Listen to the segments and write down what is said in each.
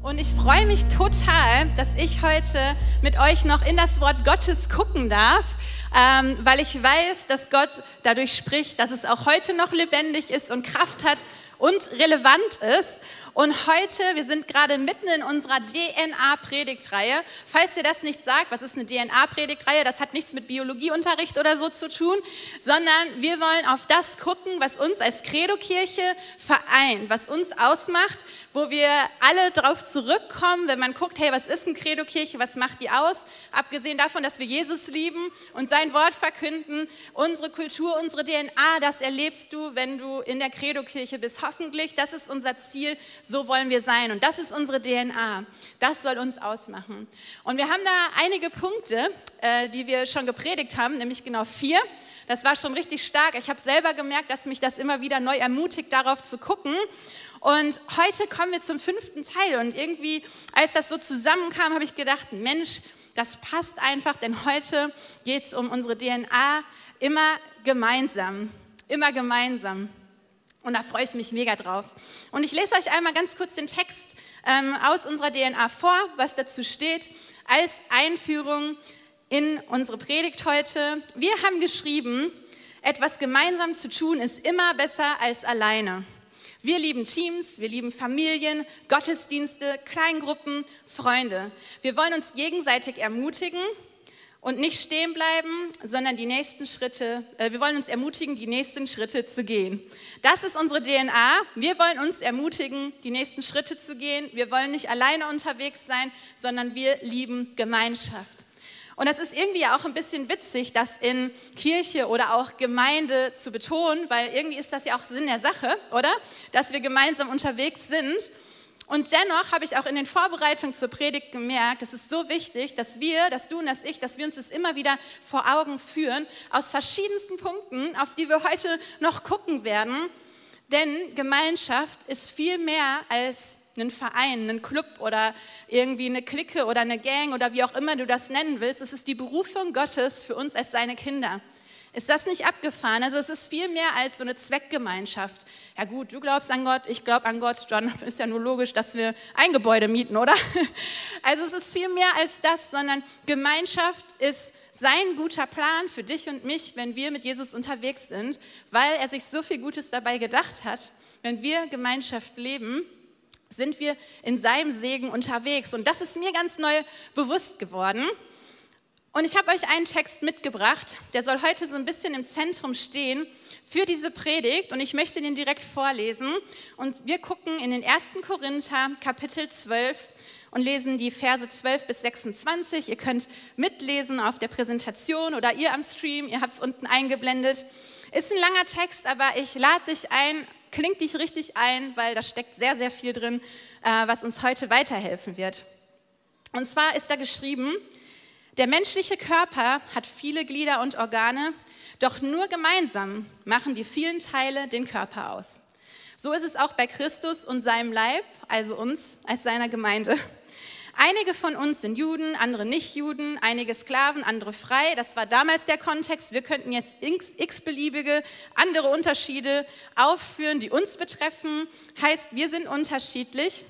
Und ich freue mich total, dass ich heute mit euch noch in das Wort Gottes gucken darf, weil ich weiß, dass Gott dadurch spricht, dass es auch heute noch lebendig ist und Kraft hat und relevant ist. Und heute, wir sind gerade mitten in unserer DNA-Predigtreihe. Falls ihr das nicht sagt, was ist eine DNA-Predigtreihe? Das hat nichts mit Biologieunterricht oder so zu tun, sondern wir wollen auf das gucken, was uns als Credo-Kirche vereint, was uns ausmacht, wo wir alle drauf zurückkommen, wenn man guckt, hey, was ist eine Credo-Kirche, was macht die aus? Abgesehen davon, dass wir Jesus lieben und sein Wort verkünden, unsere Kultur, unsere DNA, das erlebst du, wenn du in der Credo-Kirche bist. Hoffentlich, das ist unser Ziel. So wollen wir sein und das ist unsere DNA. Das soll uns ausmachen. Und wir haben da einige Punkte, die wir schon gepredigt haben, nämlich genau 4. Das war schon richtig stark. Ich habe selber gemerkt, dass mich das immer wieder neu ermutigt, darauf zu gucken. Und heute kommen wir zum 5. Teil. Und irgendwie, als das so zusammenkam, habe ich gedacht, Mensch, das passt einfach, denn heute geht es um unsere DNA immer gemeinsam. Immer gemeinsam. Und da freue ich mich mega drauf. Und ich lese euch einmal ganz kurz den Text aus unserer DNA vor, was dazu steht, als Einführung in unsere Predigt heute. Wir haben geschrieben, etwas gemeinsam zu tun ist immer besser als alleine. Wir lieben Teams, wir lieben Familien, Gottesdienste, Kleingruppen, Freunde. Wir wollen uns gegenseitig ermutigen und nicht stehen bleiben, sondern wir wollen uns ermutigen, die nächsten Schritte zu gehen. Das ist unsere DNA. Wir wollen uns ermutigen, die nächsten Schritte zu gehen. Wir wollen nicht alleine unterwegs sein, sondern wir lieben Gemeinschaft. Und das ist irgendwie auch ein bisschen witzig, das in Kirche oder auch Gemeinde zu betonen, weil irgendwie ist das ja auch Sinn der Sache, oder? Dass wir gemeinsam unterwegs sind. Und dennoch habe ich auch in den Vorbereitungen zur Predigt gemerkt, es ist so wichtig, dass du und ich, dass wir uns das immer wieder vor Augen führen, aus verschiedensten Punkten, auf die wir heute noch gucken werden. Denn Gemeinschaft ist viel mehr als ein Verein, ein Club oder irgendwie eine Clique oder eine Gang oder wie auch immer du das nennen willst. Es ist die Berufung Gottes für uns als seine Kinder. Ist das nicht abgefahren? Also es ist viel mehr als so eine Zweckgemeinschaft. Ja gut, du glaubst an Gott, ich glaube an Gott, John, ist ja nur logisch, dass wir ein Gebäude mieten, oder? Also es ist viel mehr als das, sondern Gemeinschaft ist sein guter Plan für dich und mich, wenn wir mit Jesus unterwegs sind, weil er sich so viel Gutes dabei gedacht hat. Wenn wir Gemeinschaft leben, sind wir in seinem Segen unterwegs. Und das ist mir ganz neu bewusst geworden. Und ich habe euch einen Text mitgebracht, der soll heute so ein bisschen im Zentrum stehen für diese Predigt und ich möchte den direkt vorlesen. Und wir gucken in den 1. Korinther, Kapitel 12 und lesen die Verse 12 bis 26. Ihr könnt mitlesen auf der Präsentation oder ihr am Stream, ihr habt es unten eingeblendet. Ist ein langer Text, aber ich lade dich ein, kling dich richtig ein, weil da steckt sehr, sehr viel drin, was uns heute weiterhelfen wird. Und zwar ist da geschrieben: Der menschliche Körper hat viele Glieder und Organe, doch nur gemeinsam machen die vielen Teile den Körper aus. So ist es auch bei Christus und seinem Leib, also uns als seiner Gemeinde. Einige von uns sind Juden, andere nicht Juden, einige Sklaven, andere frei. Das war damals der Kontext. Wir könnten jetzt x-beliebige andere Unterschiede aufführen, die uns betreffen. Heißt, wir sind unterschiedlich.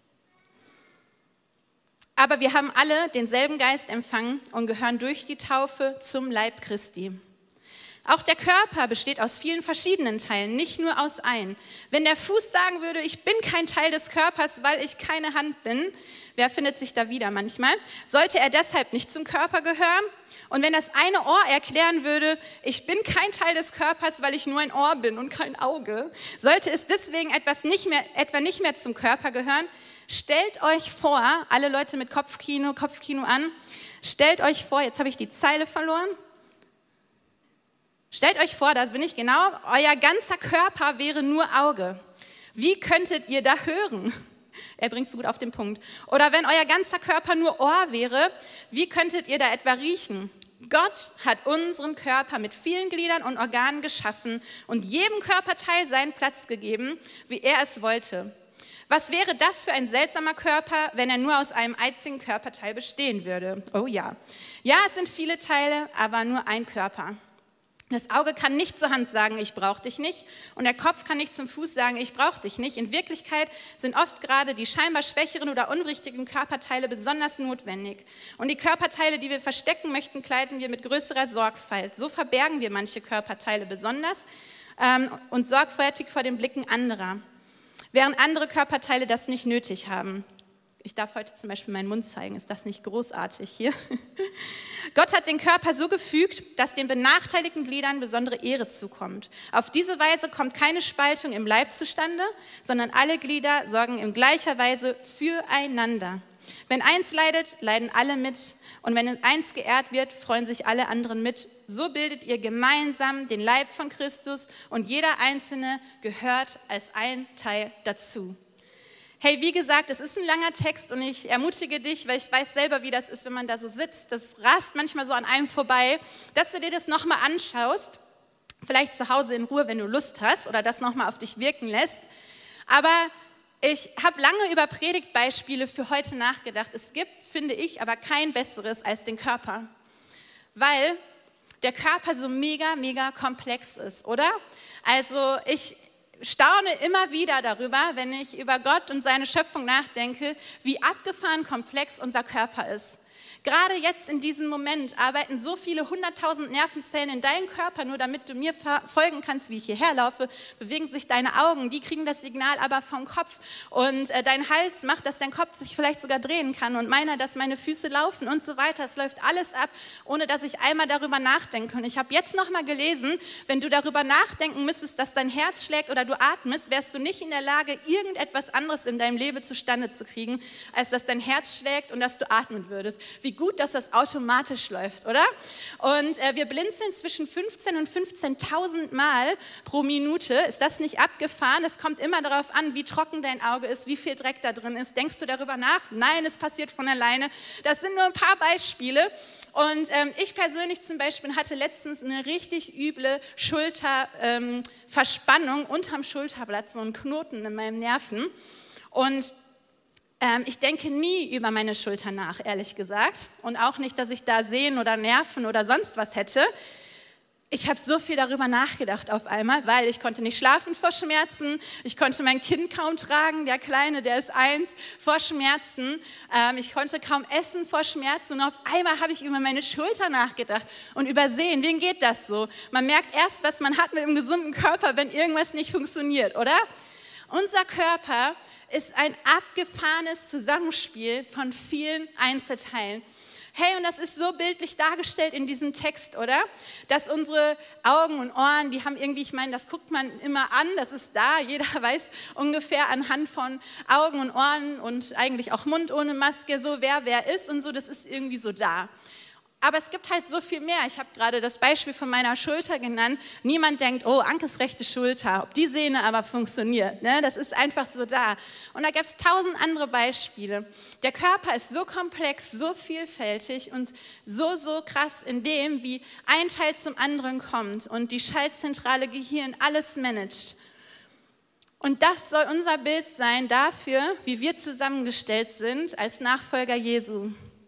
Aber wir haben alle denselben Geist empfangen und gehören durch die Taufe zum Leib Christi. Auch der Körper besteht aus vielen verschiedenen Teilen, nicht nur aus einem. Wenn der Fuß sagen würde, ich bin kein Teil des Körpers, weil ich keine Hand bin, wer findet sich da wieder manchmal, sollte er deshalb nicht zum Körper gehören? Und wenn das eine Ohr erklären würde, ich bin kein Teil des Körpers, weil ich nur ein Ohr bin und kein Auge, sollte es deswegen etwa nicht mehr zum Körper gehören? Stellt euch vor, alle Leute mit Kopfkino an, stellt euch vor, jetzt habe ich die Zeile verloren. Stellt euch vor, da bin ich genau, euer ganzer Körper wäre nur Auge. Wie könntet ihr da hören? Er bringt es gut auf den Punkt. Oder wenn euer ganzer Körper nur Ohr wäre, wie könntet ihr da etwa riechen? Gott hat unseren Körper mit vielen Gliedern und Organen geschaffen und jedem Körperteil seinen Platz gegeben, wie er es wollte. Was wäre das für ein seltsamer Körper, wenn er nur aus einem einzigen Körperteil bestehen würde? Oh ja. Ja, es sind viele Teile, aber nur ein Körper. Das Auge kann nicht zur Hand sagen, ich brauche dich nicht. Und der Kopf kann nicht zum Fuß sagen, ich brauche dich nicht. In Wirklichkeit sind oft gerade die scheinbar schwächeren oder unwichtigen Körperteile besonders notwendig. Und die Körperteile, die wir verstecken möchten, kleiden wir mit größerer Sorgfalt. So verbergen wir manche Körperteile besonders und sorgfältig vor den Blicken anderer, während andere Körperteile das nicht nötig haben. Ich darf heute zum Beispiel meinen Mund zeigen. Ist das nicht großartig hier? Gott hat den Körper so gefügt, dass den benachteiligten Gliedern besondere Ehre zukommt. Auf diese Weise kommt keine Spaltung im Leib zustande, sondern alle Glieder sorgen in gleicher Weise füreinander. Wenn eins leidet, leiden alle mit. Und wenn eins geehrt wird, freuen sich alle anderen mit. So bildet ihr gemeinsam den Leib von Christus und jeder Einzelne gehört als ein Teil dazu. Hey, wie gesagt, es ist ein langer Text und ich ermutige dich, weil ich weiß selber, wie das ist, wenn man da so sitzt. Das rast manchmal so an einem vorbei, dass du dir das nochmal anschaust. Vielleicht zu Hause in Ruhe, wenn du Lust hast oder das nochmal auf dich wirken lässt. Aber ich habe lange über Predigtbeispiele für heute nachgedacht. Es gibt, finde ich, aber kein besseres als den Körper. Weil der Körper so mega, mega komplex ist, oder? Also ich staune immer wieder darüber, wenn ich über Gott und seine Schöpfung nachdenke, wie abgefahren komplex unser Körper ist. Gerade jetzt in diesem Moment arbeiten so viele 100.000 Nervenzellen in deinem Körper, nur damit du mir folgen kannst, wie ich hierher laufe, bewegen sich deine Augen, die kriegen das Signal aber vom Kopf und dein Hals macht, dass dein Kopf sich vielleicht sogar drehen kann und meiner, dass meine Füße laufen und so weiter. Es läuft alles ab, ohne dass ich einmal darüber nachdenke. Und ich habe jetzt nochmal gelesen, wenn du darüber nachdenken müsstest, dass dein Herz schlägt oder du atmest, wärst du nicht in der Lage, irgendetwas anderes in deinem Leben zustande zu kriegen, als dass dein Herz schlägt und dass du atmen würdest. Wie gut, dass das automatisch läuft, oder? Und wir blinzeln zwischen 15 und 15.000 Mal pro Minute. Ist das nicht abgefahren? Es kommt immer darauf an, wie trocken dein Auge ist, wie viel Dreck da drin ist. Denkst du darüber nach? Nein, es passiert von alleine. Das sind nur ein paar Beispiele. Und ich persönlich zum Beispiel hatte letztens eine richtig üble Schulterverspannung unterm Schulterblatt, so einen Knoten in meinem Nerven. Und ich denke nie über meine Schulter nach, ehrlich gesagt. Und auch nicht, dass ich da Sehnen oder Nerven oder sonst was hätte. Ich habe so viel darüber nachgedacht auf einmal, weil ich konnte nicht schlafen vor Schmerzen. Ich konnte mein Kind kaum tragen, der Kleine, der ist 1, vor Schmerzen. Ich konnte kaum essen vor Schmerzen. Und auf einmal habe ich über meine Schulter nachgedacht und übersehen, wem geht das so? Man merkt erst, was man hat mit einem gesunden Körper, wenn irgendwas nicht funktioniert, oder? Unser Körper ist ein abgefahrenes Zusammenspiel von vielen Einzelteilen. Hey, und das ist so bildlich dargestellt in diesem Text, oder? Dass unsere Augen und Ohren, die haben irgendwie, ich meine, das guckt man immer an, das ist da, jeder weiß ungefähr anhand von Augen und Ohren und eigentlich auch Mund ohne Maske, so wer ist und so, das ist irgendwie so da. Aber es gibt halt so viel mehr. Ich habe gerade das Beispiel von meiner Schulter genannt. Niemand denkt, oh, Ankes rechte Schulter, ob die Sehne aber funktioniert. Ne? Das ist einfach so da. Und da gibt es 1000 andere Beispiele. Der Körper ist so komplex, so vielfältig und so krass in dem, wie ein Teil zum anderen kommt und die schaltzentrale Gehirn alles managt. Und das soll unser Bild sein dafür, wie wir zusammengestellt sind als Nachfolger Jesu.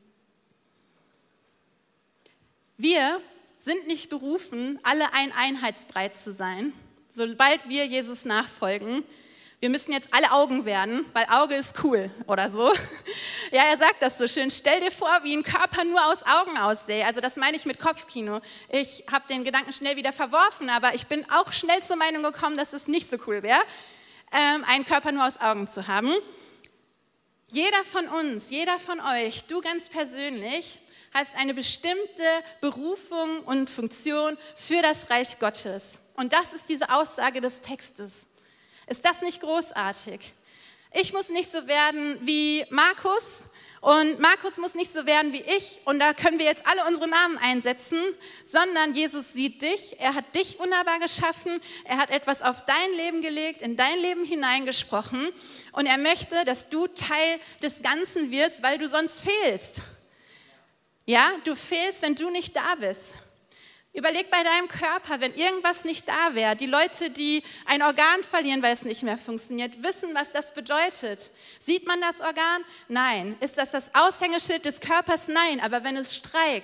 Wir sind nicht berufen, alle ein Einheitsbrei zu sein, sobald wir Jesus nachfolgen. Wir müssen jetzt alle Augen werden, weil Auge ist cool oder so. Ja, er sagt das so schön. Stell dir vor, wie ein Körper nur aus Augen aussähe. Also das meine ich mit Kopfkino. Ich habe den Gedanken schnell wieder verworfen, aber ich bin auch schnell zur Meinung gekommen, dass es nicht so cool wäre, einen Körper nur aus Augen zu haben. Jeder von uns, jeder von euch, du ganz persönlich, hast eine bestimmte Berufung und Funktion für das Reich Gottes. Und das ist diese Aussage des Textes. Ist das nicht großartig? Ich muss nicht so werden wie Markus und Markus muss nicht so werden wie ich und da können wir jetzt alle unsere Namen einsetzen, sondern Jesus sieht dich, er hat dich wunderbar geschaffen, er hat etwas auf dein Leben gelegt, in dein Leben hineingesprochen und er möchte, dass du Teil des Ganzen wirst, weil du sonst fehlst. Ja, du fehlst, wenn du nicht da bist. Überleg bei deinem Körper, wenn irgendwas nicht da wäre. Die Leute, die ein Organ verlieren, weil es nicht mehr funktioniert, wissen, was das bedeutet. Sieht man das Organ? Nein. Ist das das Aushängeschild des Körpers? Nein. Aber wenn es streikt,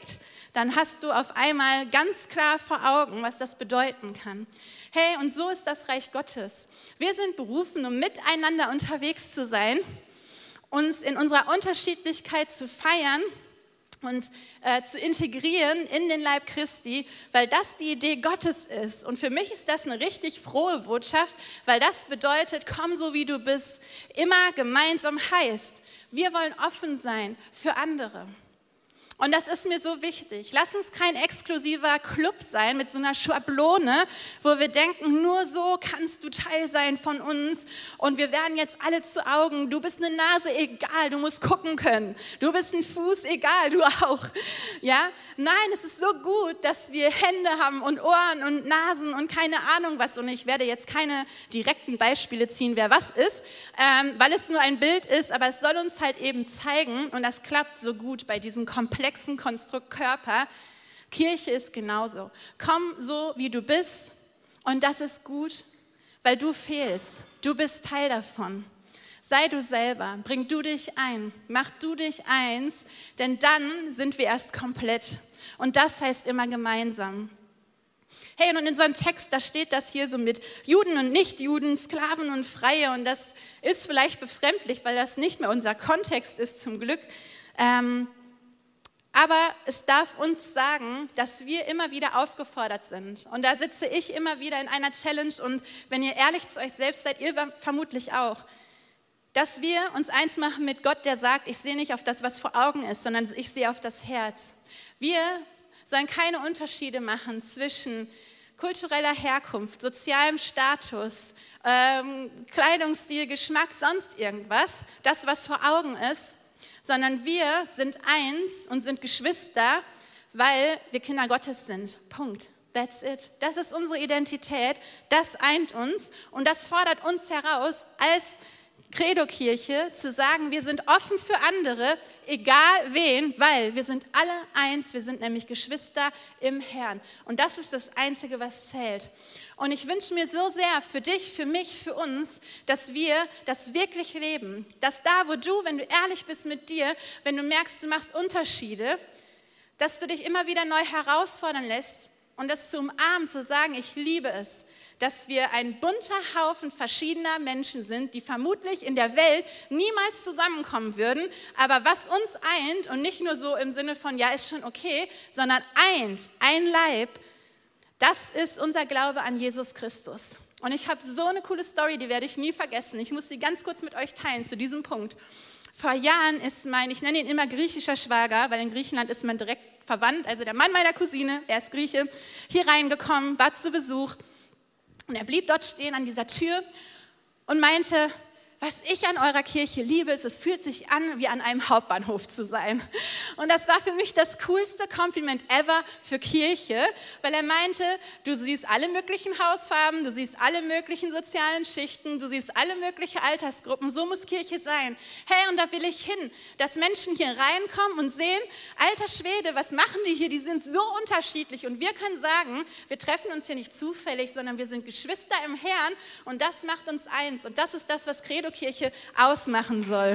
dann hast du auf einmal ganz klar vor Augen, was das bedeuten kann. Hey, und so ist das Reich Gottes. Wir sind berufen, um miteinander unterwegs zu sein, uns in unserer Unterschiedlichkeit zu feiern und zu integrieren in den Leib Christi, weil das die Idee Gottes ist. Und für mich ist das eine richtig frohe Botschaft, weil das bedeutet, komm so wie du bist, immer gemeinsam heißt, wir wollen offen sein für andere. Und das ist mir so wichtig. Lass uns kein exklusiver Club sein mit so einer Schablone, wo wir denken, nur so kannst du Teil sein von uns und wir werden jetzt alle zu Augen. Du bist eine Nase, egal, du musst gucken können. Du bist ein Fuß, egal, du auch. Ja? Nein, es ist so gut, dass wir Hände haben und Ohren und Nasen und keine Ahnung was. Und ich werde jetzt keine direkten Beispiele ziehen, wer was ist, weil es nur ein Bild ist, aber es soll uns halt eben zeigen, und das klappt so gut bei diesem komplexen Konstrukt Körper. Kirche ist genauso. Komm so, wie du bist, und das ist gut, weil du fehlst. Du bist Teil davon. Sei du selber, bring du dich ein, mach du dich eins, denn dann sind wir erst komplett. Und das heißt immer gemeinsam. Hey, und in so einem Text, da steht das hier so mit Juden und Nichtjuden, Sklaven und Freie, und das ist vielleicht befremdlich, weil das nicht mehr unser Kontext ist, zum Glück. Aber es darf uns sagen, dass wir immer wieder aufgefordert sind. Und da sitze ich immer wieder in einer Challenge, und wenn ihr ehrlich zu euch selbst seid, ihr vermutlich auch, dass wir uns eins machen mit Gott, der sagt, ich sehe nicht auf das, was vor Augen ist, sondern ich sehe auf das Herz. Wir sollen keine Unterschiede machen zwischen kultureller Herkunft, sozialem Status, Kleidungsstil, Geschmack, sonst irgendwas, das, was vor Augen ist, sondern wir sind eins und sind Geschwister, weil wir Kinder Gottes sind. Punkt. That's it. Das ist unsere Identität, das eint uns und das fordert uns heraus, als Credo-Kirche zu sagen, wir sind offen für andere, egal wen, weil wir sind alle eins, wir sind nämlich Geschwister im Herrn. Und das ist das Einzige, was zählt. Und ich wünsche mir so sehr für dich, für mich, für uns, dass wir das wirklich leben. Dass da, wo du, wenn du ehrlich bist mit dir, wenn du merkst, du machst Unterschiede, dass du dich immer wieder neu herausfordern lässt und das zu umarmen, zu sagen, ich liebe es, dass wir ein bunter Haufen verschiedener Menschen sind, die vermutlich in der Welt niemals zusammenkommen würden, aber was uns eint und nicht nur so im Sinne von, ja, ist schon okay, sondern eint, ein Leib, das ist unser Glaube an Jesus Christus. Und ich habe so eine coole Story, die werde ich nie vergessen. Ich muss sie ganz kurz mit euch teilen zu diesem Punkt. Vor Jahren ist ich nenne ihn immer griechischer Schwager, weil in Griechenland ist man direkt verwandt, also der Mann meiner Cousine, er ist Grieche, hier reingekommen, war zu Besuch. Und er blieb dort stehen an dieser Tür und meinte, was ich an eurer Kirche liebe, ist, es fühlt sich an, wie an einem Hauptbahnhof zu sein. Und das war für mich das coolste Kompliment ever für Kirche, weil er meinte, du siehst alle möglichen Hausfarben, du siehst alle möglichen sozialen Schichten, du siehst alle möglichen Altersgruppen, so muss Kirche sein. Hey, und da will ich hin, dass Menschen hier reinkommen und sehen, alter Schwede, was machen die hier? Die sind so unterschiedlich und wir können sagen, wir treffen uns hier nicht zufällig, sondern wir sind Geschwister im Herrn und das macht uns eins und das ist das, was Credo-Kirche ausmachen soll.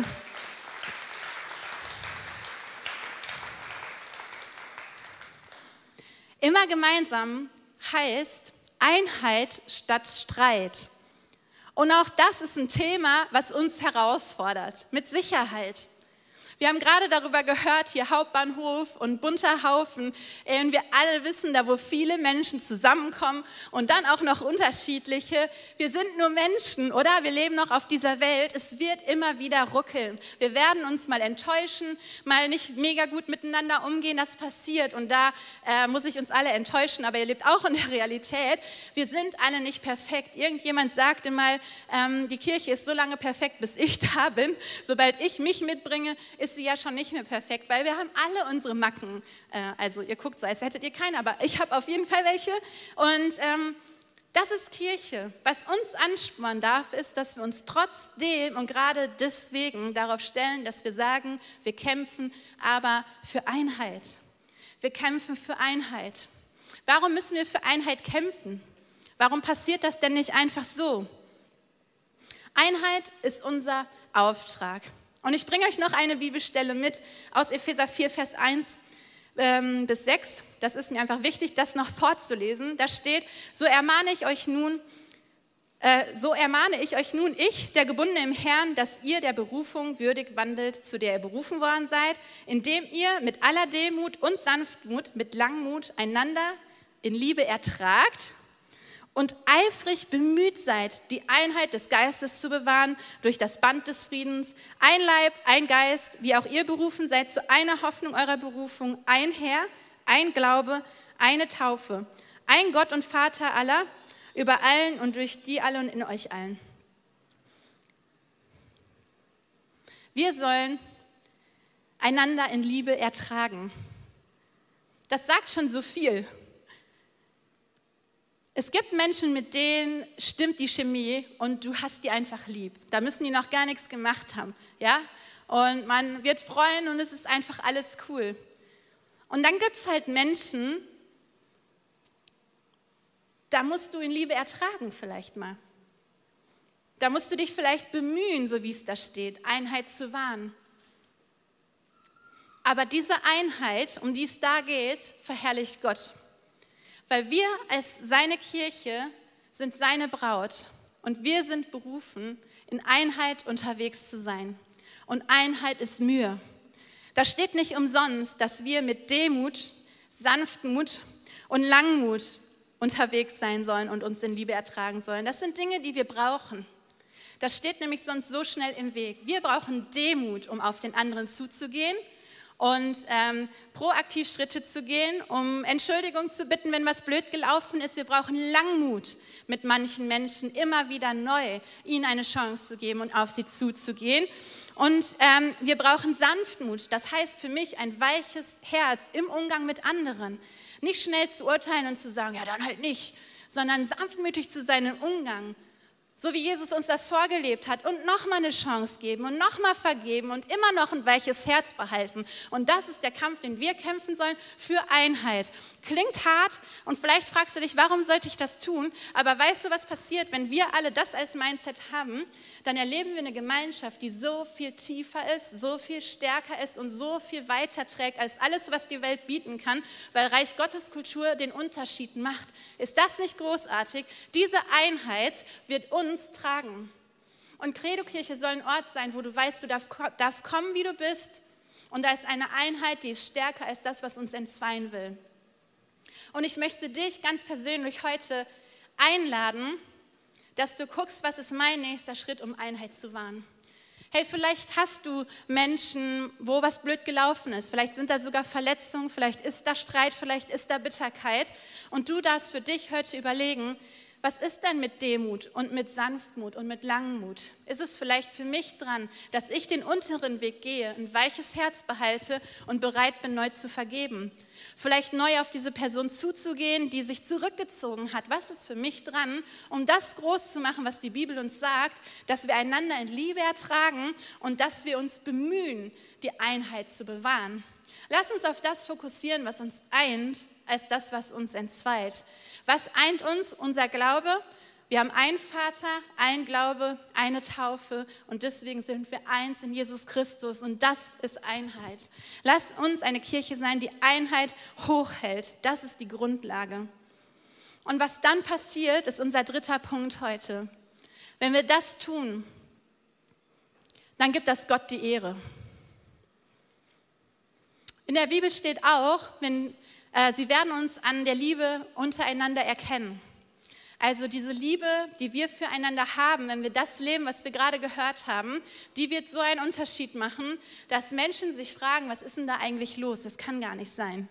Immer gemeinsam heißt Einheit statt Streit. Und auch das ist ein Thema, was uns herausfordert, mit Sicherheit. Wir haben gerade darüber gehört, hier Hauptbahnhof und bunter Haufen. Und wir alle wissen, da wo viele Menschen zusammenkommen und dann auch noch unterschiedliche. Wir sind nur Menschen, oder? Wir leben noch auf dieser Welt. Es wird immer wieder ruckeln. Wir werden uns mal enttäuschen, mal nicht mega gut miteinander umgehen. Das passiert und da muss ich uns alle enttäuschen, aber ihr lebt auch in der Realität. Wir sind alle nicht perfekt. Irgendjemand sagte mal, die Kirche ist so lange perfekt, bis ich da bin. Sobald ich mich mitbringe, ist sie ja schon nicht mehr perfekt, weil wir haben alle unsere Macken. Also ihr guckt so, als hättet ihr keine, aber ich habe auf jeden Fall welche. Und das ist Kirche. Was uns anspornen darf, ist, dass wir uns trotzdem und gerade deswegen darauf stellen, dass wir sagen, wir kämpfen aber für Einheit. Wir kämpfen für Einheit. Warum müssen wir für Einheit kämpfen? Warum passiert das denn nicht einfach so? Einheit ist unser Auftrag. Und ich bringe euch noch eine Bibelstelle mit aus Epheser 4, Vers 1. bis 6, das ist mir einfach wichtig, das noch vorzulesen. Da steht, so ermahne ich euch nun, ich, der Gebundene im Herrn, dass ihr der Berufung würdig wandelt, zu der ihr berufen worden seid, indem ihr mit aller Demut und Sanftmut, mit Langmut einander in Liebe ertragt und eifrig bemüht seid, die Einheit des Geistes zu bewahren durch das Band des Friedens. Ein Leib, ein Geist, wie auch ihr berufen seid zu einer Hoffnung eurer Berufung, ein Herr, ein Glaube, eine Taufe, ein Gott und Vater aller, über allen und durch die alle und in euch allen. Wir sollen einander in Liebe ertragen. Das sagt schon so viel. Es gibt Menschen, mit denen stimmt die Chemie und du hast die einfach lieb. Da müssen die noch gar nichts gemacht haben. Ja? Und man wird freuen und es ist einfach alles cool. Und dann gibt es halt Menschen, da musst du in Liebe ertragen vielleicht mal. Da musst du dich vielleicht bemühen, so wie es da steht, Einheit zu wahren. Aber diese Einheit, um die es da geht, verherrlicht Gott. Weil wir als seine Kirche sind seine Braut und wir sind berufen, in Einheit unterwegs zu sein. Und Einheit ist Mühe. Da steht nicht umsonst, dass wir mit Demut, Sanftmut und Langmut unterwegs sein sollen und uns in Liebe ertragen sollen. Das sind Dinge, die wir brauchen. Das steht nämlich sonst so schnell im Weg. Wir brauchen Demut, um auf den anderen zuzugehen und proaktiv Schritte zu gehen, um Entschuldigung zu bitten, wenn was blöd gelaufen ist. Wir brauchen Langmut, mit manchen Menschen immer wieder neu ihnen eine Chance zu geben und auf sie zuzugehen. Und wir brauchen Sanftmut, das heißt für mich ein weiches Herz im Umgang mit anderen. Nicht schnell zu urteilen und zu sagen, ja dann halt nicht, sondern sanftmütig zu sein im Umgang. So wie Jesus uns das vorgelebt hat und nochmal eine Chance geben und nochmal vergeben und immer noch ein weiches Herz behalten. Und das ist der Kampf, den wir kämpfen sollen für Einheit. Klingt hart und vielleicht fragst du dich, warum sollte ich das tun? Aber weißt du, was passiert, wenn wir alle das als Mindset haben? Dann erleben wir eine Gemeinschaft, die so viel tiefer ist, so viel stärker ist und so viel weiter trägt als alles, was die Welt bieten kann, weil Reich Gottes Kultur den Unterschied macht. Ist das nicht großartig? Diese Einheit wird uns tragen. Und Credo-Kirche soll ein Ort sein, wo du weißt, du darfst kommen, wie du bist. Und da ist eine Einheit, die ist stärker als das, was uns entzweien will. Und ich möchte dich ganz persönlich heute einladen, dass du guckst, was ist mein nächster Schritt, um Einheit zu wahren. Hey, vielleicht hast du Menschen, wo was blöd gelaufen ist. Vielleicht sind da sogar Verletzungen, vielleicht ist da Streit, vielleicht ist da Bitterkeit. Und du darfst für dich heute überlegen, was ist denn mit Demut und mit Sanftmut und mit Langmut? Ist es vielleicht für mich dran, dass ich den unteren Weg gehe, ein weiches Herz behalte und bereit bin, neu zu vergeben? Vielleicht neu auf diese Person zuzugehen, die sich zurückgezogen hat. Was ist für mich dran, um das groß zu machen, was die Bibel uns sagt, dass wir einander in Liebe ertragen und dass wir uns bemühen, die Einheit zu bewahren? Lass uns auf das fokussieren, was uns eint, als das, was uns entzweit. Was eint uns? Unser Glaube. Wir haben einen Vater, ein Glaube, eine Taufe und deswegen sind wir eins in Jesus Christus und das ist Einheit. Lass uns eine Kirche sein, die Einheit hochhält. Das ist die Grundlage. Und was dann passiert, ist unser dritter Punkt heute. Wenn wir das tun, dann gibt das Gott die Ehre. In der Bibel steht auch, sie werden uns an der Liebe untereinander erkennen. Also diese Liebe, die wir füreinander haben, wenn wir das leben, was wir gerade gehört haben, die wird so einen Unterschied machen, dass Menschen sich fragen, was ist denn da eigentlich los? Das kann gar nicht sein.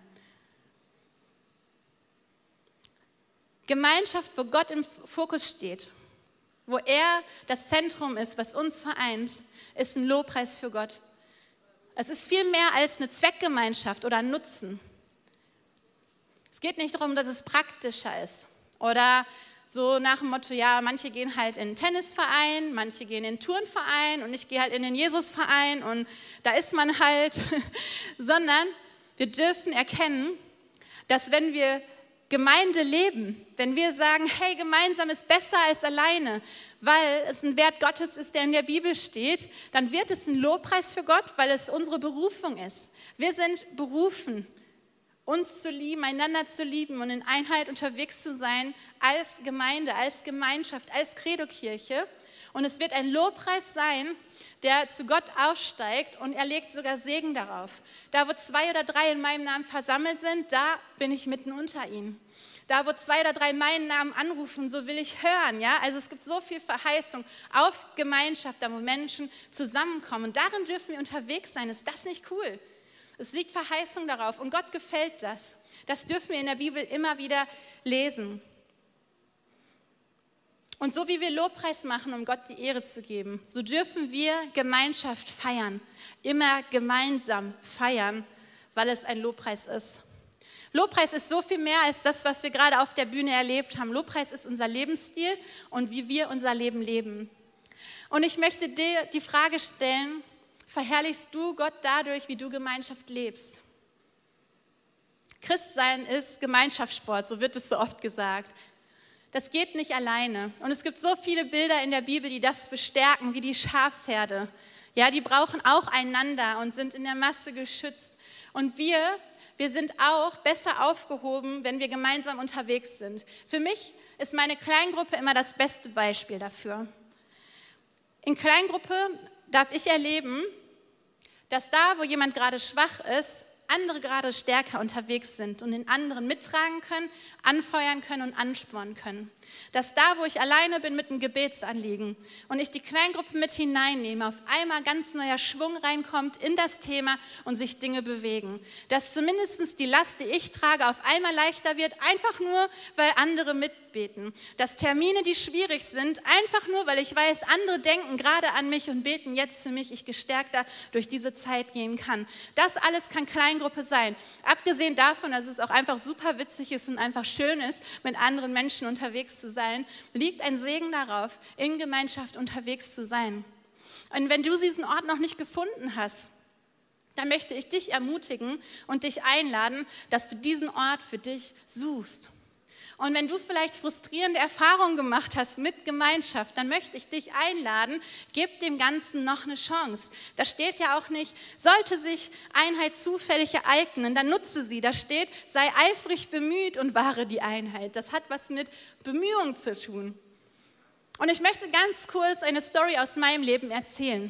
Gemeinschaft, wo Gott im Fokus steht, wo er das Zentrum ist, was uns vereint, ist ein Lobpreis für Gott. Es ist viel mehr als eine Zweckgemeinschaft oder ein Nutzen. Es geht nicht darum, dass es praktischer ist oder so nach dem Motto, ja, manche gehen halt in den Tennisverein, manche gehen in den Turnverein und ich gehe halt in den Jesusverein und da ist man halt, sondern wir dürfen erkennen, dass wenn wir Gemeinde leben, wenn wir sagen, hey, gemeinsam ist besser als alleine, weil es ein Wert Gottes ist, der in der Bibel steht, dann wird es ein Lobpreis für Gott, weil es unsere Berufung ist. Wir sind berufen, uns zu lieben, einander zu lieben und in Einheit unterwegs zu sein als Gemeinde, als Gemeinschaft, als Credo-Kirche. Und es wird ein Lobpreis sein, der zu Gott aufsteigt und er legt sogar Segen darauf. Da, wo 2 oder 3 in meinem Namen versammelt sind, da bin ich mitten unter ihnen. Da, wo 2 oder 3 meinen Namen anrufen, so will ich hören. Ja? Also es gibt so viel Verheißung auf Gemeinschaft, da wo Menschen zusammenkommen. Und darin dürfen wir unterwegs sein. Ist das nicht cool? Es liegt Verheißung darauf und Gott gefällt das. Das dürfen wir in der Bibel immer wieder lesen. Und so wie wir Lobpreis machen, um Gott die Ehre zu geben, so dürfen wir Gemeinschaft feiern. Immer gemeinsam feiern, weil es ein Lobpreis ist. Lobpreis ist so viel mehr als das, was wir gerade auf der Bühne erlebt haben. Lobpreis ist unser Lebensstil und wie wir unser Leben leben. Und ich möchte dir die Frage stellen, verherrlichst du Gott dadurch, wie du Gemeinschaft lebst? Christsein ist Gemeinschaftssport, so wird es so oft gesagt. Das geht nicht alleine. Und es gibt so viele Bilder in der Bibel, die das bestärken, wie die Schafsherde. Ja, die brauchen auch einander und sind in der Masse geschützt. Und wir sind auch besser aufgehoben, wenn wir gemeinsam unterwegs sind. Für mich ist meine Kleingruppe immer das beste Beispiel dafür. In Kleingruppe darf ich erleben, dass da, wo jemand gerade schwach ist, andere gerade stärker unterwegs sind und den anderen mittragen können, anfeuern können und anspornen können. Dass da, wo ich alleine bin mit einem Gebetsanliegen und ich die Kleingruppe mit hineinnehme, auf einmal ganz neuer Schwung reinkommt in das Thema und sich Dinge bewegen. Dass zumindest die Last, die ich trage, auf einmal leichter wird, einfach nur, weil andere mitbeten. Dass Termine, die schwierig sind, einfach nur, weil ich weiß, andere denken gerade an mich und beten jetzt für mich, ich gestärkter durch diese Zeit gehen kann. Das alles kann Kleingruppe sein. Abgesehen davon, dass es auch einfach super witzig ist und einfach schön ist, mit anderen Menschen unterwegs zu sein, liegt ein Segen darauf, in Gemeinschaft unterwegs zu sein. Und wenn du diesen Ort noch nicht gefunden hast, dann möchte ich dich ermutigen und dich einladen, dass du diesen Ort für dich suchst. Und wenn du vielleicht frustrierende Erfahrungen gemacht hast mit Gemeinschaft, dann möchte ich dich einladen, gib dem Ganzen noch eine Chance. Da steht ja auch nicht, sollte sich Einheit zufällig ereignen, dann nutze sie. Da steht, sei eifrig bemüht und wahre die Einheit. Das hat was mit Bemühung zu tun. Und ich möchte ganz kurz eine Story aus meinem Leben erzählen.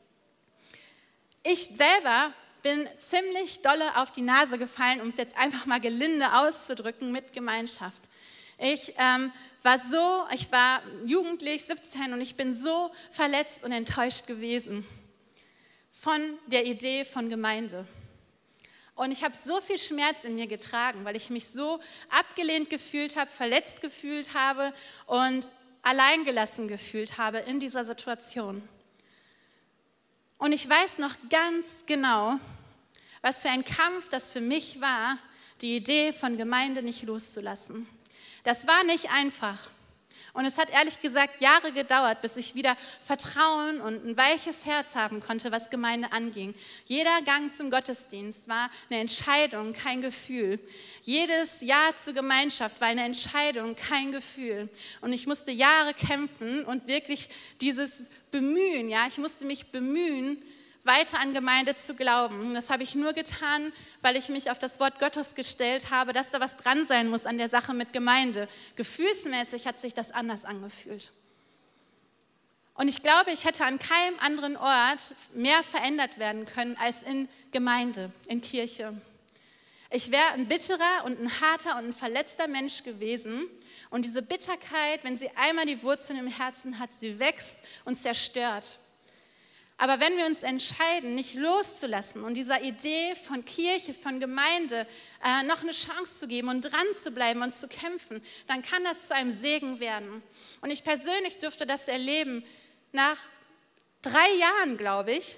Ich selber bin ziemlich dolle auf die Nase gefallen, um es jetzt einfach mal gelinde auszudrücken, mit Gemeinschaft. Ich war jugendlich, 17 und ich bin so verletzt und enttäuscht gewesen von der Idee von Gemeinde. Und ich habe so viel Schmerz in mir getragen, weil ich mich so abgelehnt gefühlt habe, verletzt gefühlt habe und alleingelassen gefühlt habe in dieser Situation. Und ich weiß noch ganz genau, was für ein Kampf das für mich war, die Idee von Gemeinde nicht loszulassen. Das war nicht einfach. Und es hat ehrlich gesagt Jahre gedauert, bis ich wieder Vertrauen und ein weiches Herz haben konnte, was Gemeinde anging. Jeder Gang zum Gottesdienst war eine Entscheidung, kein Gefühl. Jedes Ja zur Gemeinschaft war eine Entscheidung, kein Gefühl. Und ich musste Jahre kämpfen und wirklich dieses Bemühen, ja, ich musste mich bemühen, weiter an Gemeinde zu glauben. Und das habe ich nur getan, weil ich mich auf das Wort Gottes gestellt habe, dass da was dran sein muss an der Sache mit Gemeinde. Gefühlsmäßig hat sich das anders angefühlt. Und ich glaube, ich hätte an keinem anderen Ort mehr verändert werden können als in Gemeinde, in Kirche. Ich wäre ein bitterer und ein harter und ein verletzter Mensch gewesen. Und diese Bitterkeit, wenn sie einmal die Wurzeln im Herzen hat, sie wächst und zerstört. Aber wenn wir uns entscheiden, nicht loszulassen und dieser Idee von Kirche, von Gemeinde noch eine Chance zu geben und dran zu bleiben und zu kämpfen, dann kann das zu einem Segen werden. Und ich persönlich durfte das erleben nach 3 Jahren, glaube ich,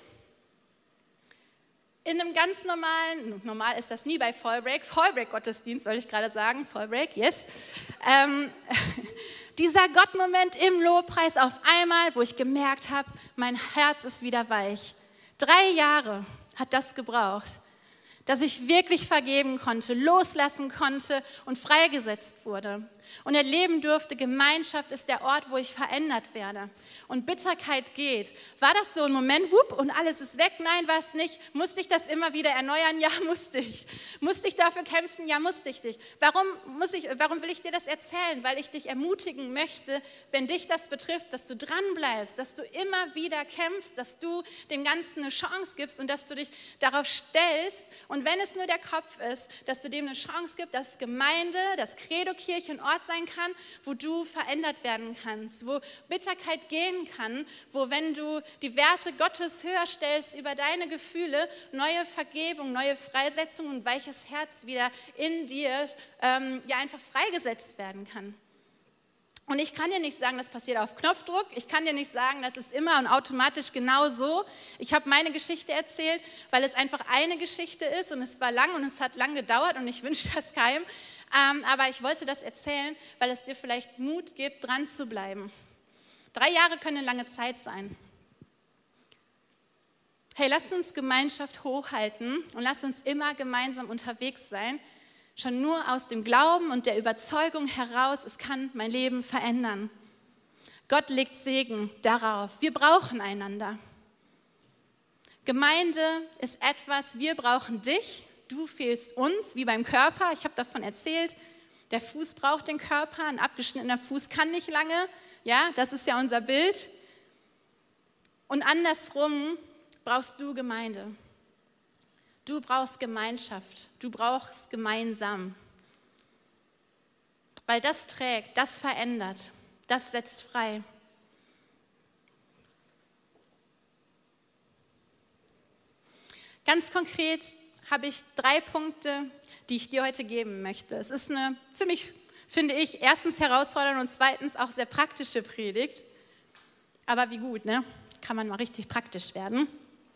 in einem ganz normal ist das nie bei Fallbreak-Gottesdienst, wollte ich gerade sagen, Fallbreak, yes. Dieser Gottmoment im Lobpreis auf einmal, wo ich gemerkt habe, mein Herz ist wieder weich. 3 Jahre hat das gebraucht. dass ich wirklich vergeben konnte, loslassen konnte und freigesetzt wurde und erleben durfte, Gemeinschaft ist der Ort, wo ich verändert werde und Bitterkeit geht. War das so ein Moment, wupp, und alles ist weg? Nein, war es nicht. Musste ich das immer wieder erneuern? Ja, musste ich. Musste ich dafür kämpfen? Ja, musste ich dich. Warum will ich dir das erzählen? Weil ich dich ermutigen möchte, wenn dich das betrifft, dass du dranbleibst, dass du immer wieder kämpfst, dass du dem Ganzen eine Chance gibst und dass du dich darauf stellst. Und wenn es nur der Kopf ist, dass du dem eine Chance gibst, dass Gemeinde, dass Credo-Kirche ein Ort sein kann, wo du verändert werden kannst, wo Bitterkeit gehen kann, wo, wenn du die Werte Gottes höher stellst über deine Gefühle, neue Vergebung, neue Freisetzung und weiches Herz wieder in dir einfach freigesetzt werden kann. Und ich kann dir nicht sagen, das passiert auf Knopfdruck. Ich kann dir nicht sagen, das ist immer und automatisch genau so. Ich habe meine Geschichte erzählt, weil es einfach eine Geschichte ist und es war lang und es hat lang gedauert und ich wünsche das keinem. Aber ich wollte das erzählen, weil es dir vielleicht Mut gibt, dran zu bleiben. 3 Jahre können eine lange Zeit sein. Hey, lass uns Gemeinschaft hochhalten und lass uns immer gemeinsam unterwegs sein. Schon nur aus dem Glauben und der Überzeugung heraus, es kann mein Leben verändern. Gott legt Segen darauf. Wir brauchen einander. Gemeinde ist etwas, wir brauchen dich, du fehlst uns, wie beim Körper. Ich habe davon erzählt, der Fuß braucht den Körper, ein abgeschnittener Fuß kann nicht lange. Ja, das ist ja unser Bild. Und andersrum brauchst du Gemeinde. Du brauchst Gemeinschaft, du brauchst gemeinsam. Weil das trägt, das verändert, das setzt frei. Ganz konkret habe ich 3 Punkte, die ich dir heute geben möchte. Es ist eine ziemlich, finde ich, erstens herausfordernde und zweitens auch sehr praktische Predigt. Aber wie gut, ne? Kann man mal richtig praktisch werden.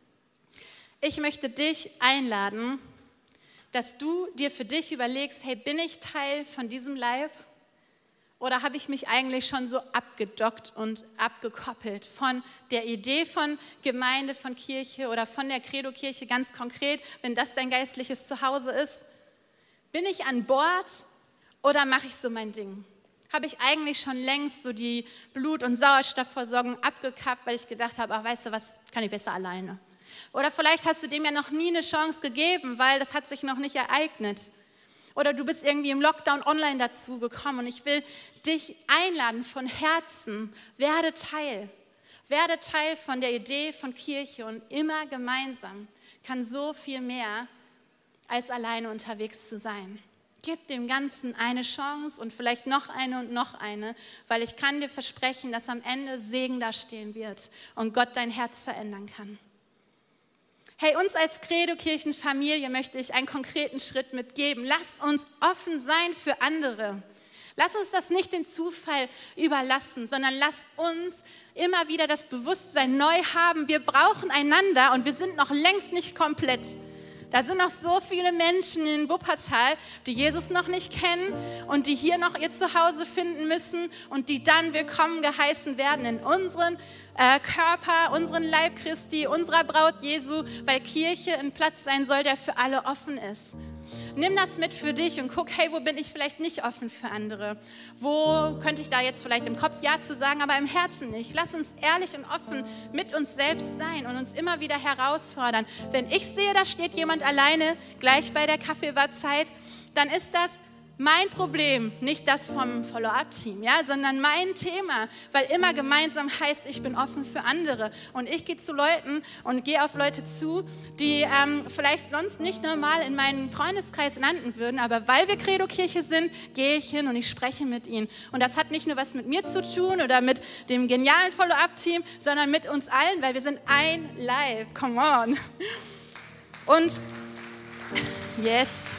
Ich möchte dich einladen, dass du dir für dich überlegst, hey, bin ich Teil von diesem Leib? Oder habe ich mich eigentlich schon so abgedockt und abgekoppelt von der Idee von Gemeinde, von Kirche oder von der Credo-Kirche ganz konkret, wenn das dein geistliches Zuhause ist? Bin ich an Bord oder mache ich so mein Ding? Habe ich eigentlich schon längst so die Blut- und Sauerstoffversorgung abgekappt, weil ich gedacht habe, ach, weißt du was, kann ich besser alleine. Oder vielleicht hast du dem ja noch nie eine Chance gegeben, weil das hat sich noch nicht ereignet. Oder du bist irgendwie im Lockdown online dazu gekommen und ich will dich einladen von Herzen, werde Teil von der Idee von Kirche und immer gemeinsam kann so viel mehr als alleine unterwegs zu sein. Gib dem Ganzen eine Chance und vielleicht noch eine und noch eine, weil ich kann dir versprechen, dass am Ende Segen dastehen wird und Gott dein Herz verändern kann. Hey, uns als Credo-Kirchenfamilie möchte ich einen konkreten Schritt mitgeben. Lasst uns offen sein für andere. Lasst uns das nicht dem Zufall überlassen, sondern lasst uns immer wieder das Bewusstsein neu haben. Wir brauchen einander und wir sind noch längst nicht komplett. Da sind noch so viele Menschen in Wuppertal, die Jesus noch nicht kennen und die hier noch ihr Zuhause finden müssen und die dann willkommen geheißen werden in unseren Körper, unseren Leib Christi, unserer Braut Jesu, weil Kirche ein Platz sein soll, der für alle offen ist. Nimm das mit für dich und guck, hey, wo bin ich vielleicht nicht offen für andere? Wo könnte ich da jetzt vielleicht im Kopf Ja zu sagen, aber im Herzen nicht? Lass uns ehrlich und offen mit uns selbst sein und uns immer wieder herausfordern. Wenn ich sehe, da steht jemand alleine gleich bei der Kaffeebarzeit, dann ist das mein Problem, nicht das vom Follow-up-Team, ja, sondern mein Thema, weil immer gemeinsam heißt, ich bin offen für andere und ich gehe zu Leuten und gehe auf Leute zu, die vielleicht sonst nicht normal in meinen Freundeskreis landen würden, aber weil wir Credo-Kirche sind, gehe ich hin und ich spreche mit ihnen. Und das hat nicht nur was mit mir zu tun oder mit dem genialen Follow-up-Team, sondern mit uns allen, weil wir sind ein Leib, come on. Und yes.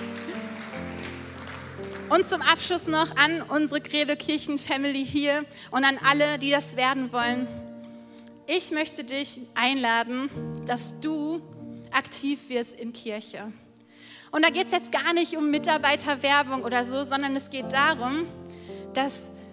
Und zum Abschluss noch an unsere Credo-Kirchen-Family hier und an alle, die das werden wollen. Ich möchte dich einladen, dass du aktiv wirst in Kirche. Und da geht es jetzt gar nicht um Mitarbeiterwerbung oder so, sondern es geht darum, dass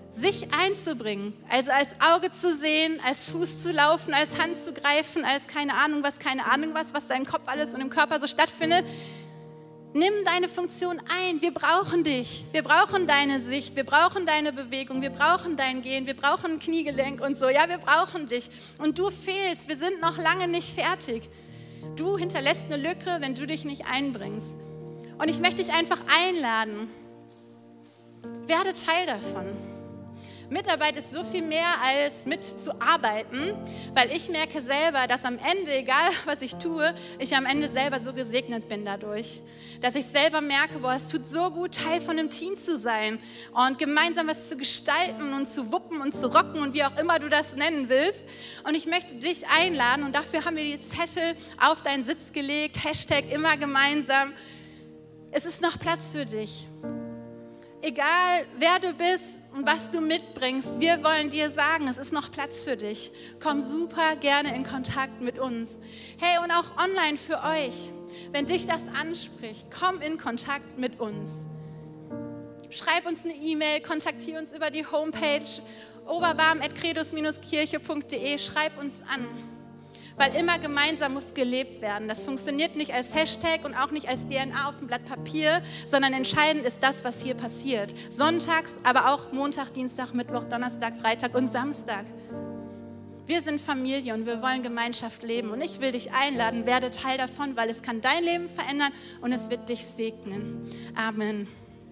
sich einzubringen, also als Auge zu sehen, als Fuß zu laufen, als Hand zu greifen, als keine Ahnung was da im Kopf alles und im Körper so stattfindet. Nimm deine Funktion ein. Wir brauchen dich. Wir brauchen deine Sicht. Wir brauchen deine Bewegung. Wir brauchen dein Gehen. Wir brauchen ein Kniegelenk und so. Ja, wir brauchen dich. Und du fehlst. Wir sind noch lange nicht fertig. Du hinterlässt eine Lücke, wenn du dich nicht einbringst. Und ich möchte dich einfach einladen. Werde Teil davon. Mitarbeit ist so viel mehr als mitzuarbeiten, weil ich merke selber, dass am Ende, egal was ich tue, ich am Ende selber so gesegnet bin dadurch. Dass ich selber merke, boah, es tut so gut, Teil von einem Team zu sein und gemeinsam was zu gestalten und zu wuppen und zu rocken und wie auch immer du das nennen willst. Und ich möchte dich einladen und dafür haben wir die Zettel auf deinen Sitz gelegt, #immer gemeinsam. Es ist noch Platz für dich. Egal, wer du bist und was du mitbringst, wir wollen dir sagen, es ist noch Platz für dich. Komm super gerne in Kontakt mit uns. Hey, und auch online für euch, wenn dich das anspricht, komm in Kontakt mit uns. Schreib uns eine E-Mail, kontaktiere uns über die Homepage oberbarm@credos-kirche.de, schreib uns an. Weil immer gemeinsam muss gelebt werden. Das funktioniert nicht als Hashtag und auch nicht als DNA auf dem Blatt Papier, sondern entscheidend ist das, was hier passiert. Sonntags, aber auch Montag, Dienstag, Mittwoch, Donnerstag, Freitag und Samstag. Wir sind Familie und wir wollen Gemeinschaft leben. Und ich will dich einladen, werde Teil davon, weil es kann dein Leben verändern und es wird dich segnen. Amen.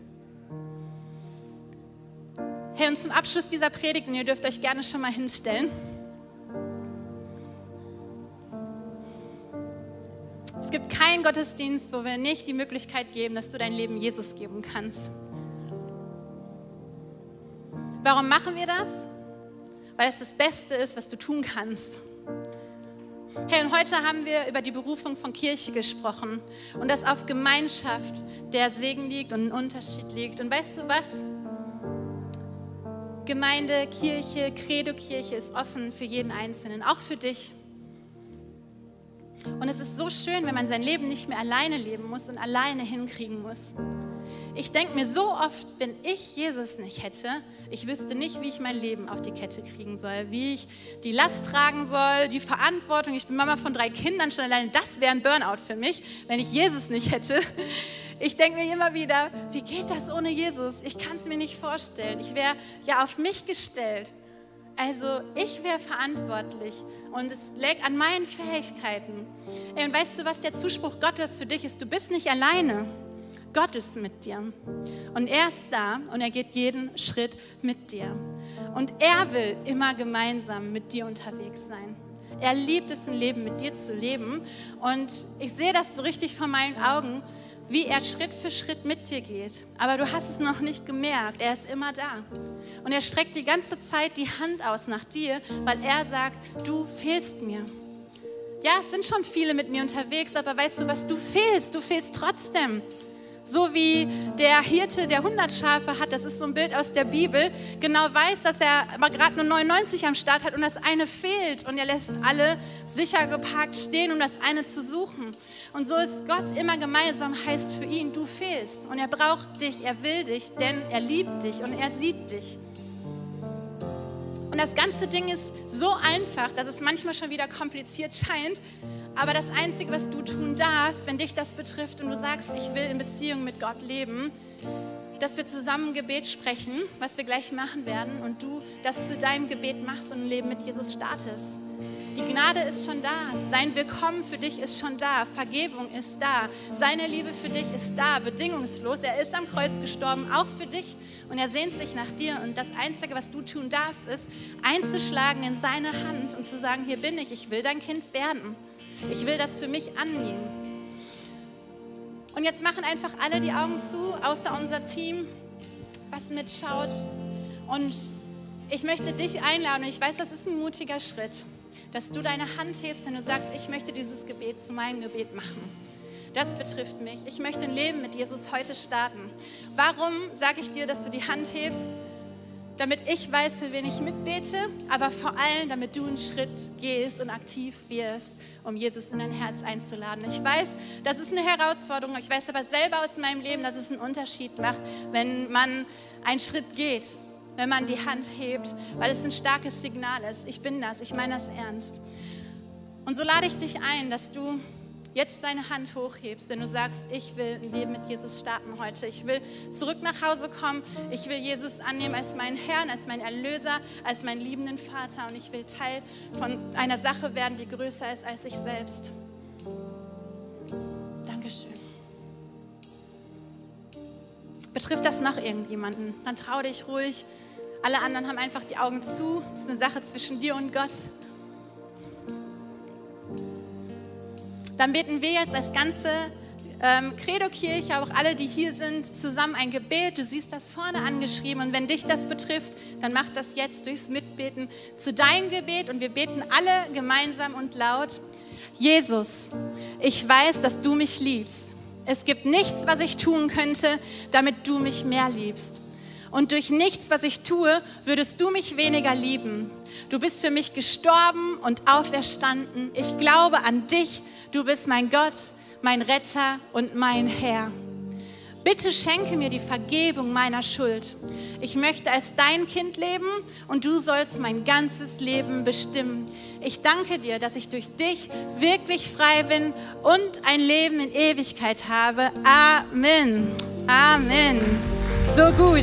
Hey, und zum Abschluss dieser Predigt, und ihr dürft euch gerne schon mal hinstellen. Es gibt keinen Gottesdienst, wo wir nicht die Möglichkeit geben, dass du dein Leben Jesus geben kannst. Warum machen wir das? Weil es das Beste ist, was du tun kannst. Hey, und heute haben wir über die Berufung von Kirche gesprochen und dass auf Gemeinschaft der Segen liegt und ein Unterschied liegt. Und weißt du was? Gemeinde, Kirche, Credo-Kirche ist offen für jeden Einzelnen, auch für dich. Und es ist so schön, wenn man sein Leben nicht mehr alleine leben muss und alleine hinkriegen muss. Ich denke mir so oft, wenn ich Jesus nicht hätte, ich wüsste nicht, wie ich mein Leben auf die Kette kriegen soll, wie ich die Last tragen soll, die Verantwortung. Ich bin Mama von 3 Kindern, schon alleine das wäre ein Burnout für mich, wenn ich Jesus nicht hätte. Ich denke mir immer wieder, wie geht das ohne Jesus? Ich kann es mir nicht vorstellen. Ich wäre ja auf mich gestellt. Also ich wäre verantwortlich und es liegt an meinen Fähigkeiten. Und weißt du, was der Zuspruch Gottes für dich ist? Du bist nicht alleine. Gott ist mit dir. Und er ist da und er geht jeden Schritt mit dir. Und er will immer gemeinsam mit dir unterwegs sein. Er liebt es, ein Leben mit dir zu leben. Und ich sehe das so richtig vor meinen Augen, wie er Schritt für Schritt mit dir geht. Aber du hast es noch nicht gemerkt, er ist immer da. Und er streckt die ganze Zeit die Hand aus nach dir, weil er sagt, du fehlst mir. Ja, es sind schon viele mit mir unterwegs, aber weißt du was, du fehlst trotzdem. So wie der Hirte, der 100 Schafe hat, das ist so ein Bild aus der Bibel, genau weiß, dass er aber gerade nur 99 am Start hat und das eine fehlt. Und er lässt alle sicher geparkt stehen, um das eine zu suchen. Und so ist Gott immer gemeinsam, heißt für ihn, du fehlst. Und er braucht dich, er will dich, denn er liebt dich und er sieht dich. Und das ganze Ding ist so einfach, dass es manchmal schon wieder kompliziert scheint. Aber das Einzige, was du tun darfst, wenn dich das betrifft und du sagst, ich will in Beziehung mit Gott leben, dass wir zusammen ein Gebet sprechen, was wir gleich machen werden und du das zu deinem Gebet machst und ein Leben mit Jesus startest. Die Gnade ist schon da, sein Willkommen für dich ist schon da, Vergebung ist da, seine Liebe für dich ist da, bedingungslos. Er ist am Kreuz gestorben, auch für dich und er sehnt sich nach dir. Und das Einzige, was du tun darfst, ist einzuschlagen in seine Hand und zu sagen, hier bin ich will dein Kind werden. Ich will das für mich annehmen. Und jetzt machen einfach alle die Augen zu, außer unser Team, was mitschaut. Und ich möchte dich einladen, und ich weiß, das ist ein mutiger Schritt, dass du deine Hand hebst, wenn du sagst, ich möchte dieses Gebet zu meinem Gebet machen. Das betrifft mich. Ich möchte ein Leben mit Jesus heute starten. Warum sage ich dir, dass du die Hand hebst? Damit ich weiß, für wen ich mitbete, aber vor allem, damit du einen Schritt gehst und aktiv wirst, um Jesus in dein Herz einzuladen. Ich weiß, das ist eine Herausforderung. Ich weiß aber selber aus meinem Leben, dass es einen Unterschied macht, wenn man einen Schritt geht. wenn man die Hand hebt, weil es ein starkes Signal ist. Ich bin das, ich meine das ernst. Und so lade ich dich ein, dass du jetzt deine Hand hochhebst, wenn du sagst, ich will ein Leben mit Jesus starten heute. Ich will zurück nach Hause kommen. Ich will Jesus annehmen als meinen Herrn, als meinen Erlöser, als meinen liebenden Vater. Und ich will Teil von einer Sache werden, die größer ist als ich selbst. Dankeschön. Betrifft das noch irgendjemanden? Dann trau dich ruhig. Alle anderen haben einfach die Augen zu. Das ist eine Sache zwischen dir und Gott. Dann beten wir jetzt als ganze Credo-Kirche, auch alle, die hier sind, zusammen ein Gebet. Du siehst das vorne angeschrieben. Und wenn dich das betrifft, dann mach das jetzt durchs Mitbeten zu deinem Gebet. Und wir beten alle gemeinsam und laut. Jesus, ich weiß, dass du mich liebst. Es gibt nichts, was ich tun könnte, damit du mich mehr liebst. Und durch nichts, was ich tue, würdest du mich weniger lieben. Du bist für mich gestorben und auferstanden. Ich glaube an dich. Du bist mein Gott, mein Retter und mein Herr. Bitte schenke mir die Vergebung meiner Schuld. Ich möchte als dein Kind leben und du sollst mein ganzes Leben bestimmen. Ich danke dir, dass ich durch dich wirklich frei bin und ein Leben in Ewigkeit habe. Amen. Amen. So gut.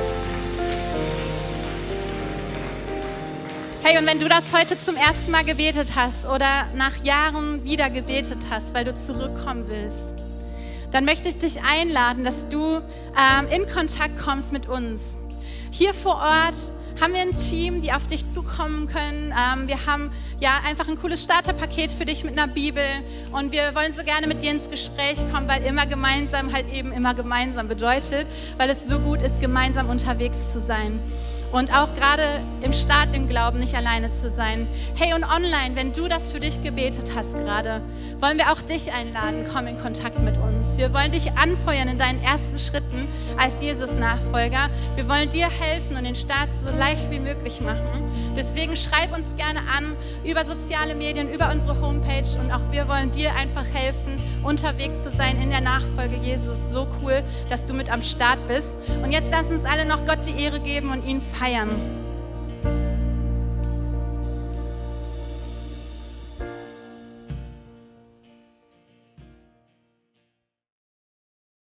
Hey, und wenn du das heute zum ersten Mal gebetet hast oder nach Jahren wieder gebetet hast, weil du zurückkommen willst, dann möchte ich dich einladen, dass du in Kontakt kommst mit uns. Hier vor Ort haben wir ein Team, die auf dich zukommen können. Wir haben ja einfach ein cooles Starterpaket für dich mit einer Bibel und wir wollen so gerne mit dir ins Gespräch kommen, weil immer gemeinsam halt eben immer gemeinsam bedeutet, weil es so gut ist, gemeinsam unterwegs zu sein. Und auch gerade im Start im Glauben nicht alleine zu sein. Hey, und online, wenn du das für dich gebetet hast gerade, wollen wir auch dich einladen, komm in Kontakt mit uns. Wir wollen dich anfeuern in deinen ersten Schritten als Jesus-Nachfolger. Wir wollen dir helfen und den Start so leicht wie möglich machen. Deswegen schreib uns gerne an über soziale Medien, über unsere Homepage und auch wir wollen dir einfach helfen, unterwegs zu sein in der Nachfolge Jesus. So cool, dass du mit am Start bist. Und jetzt lass uns alle noch Gott die Ehre geben und ihn feiern.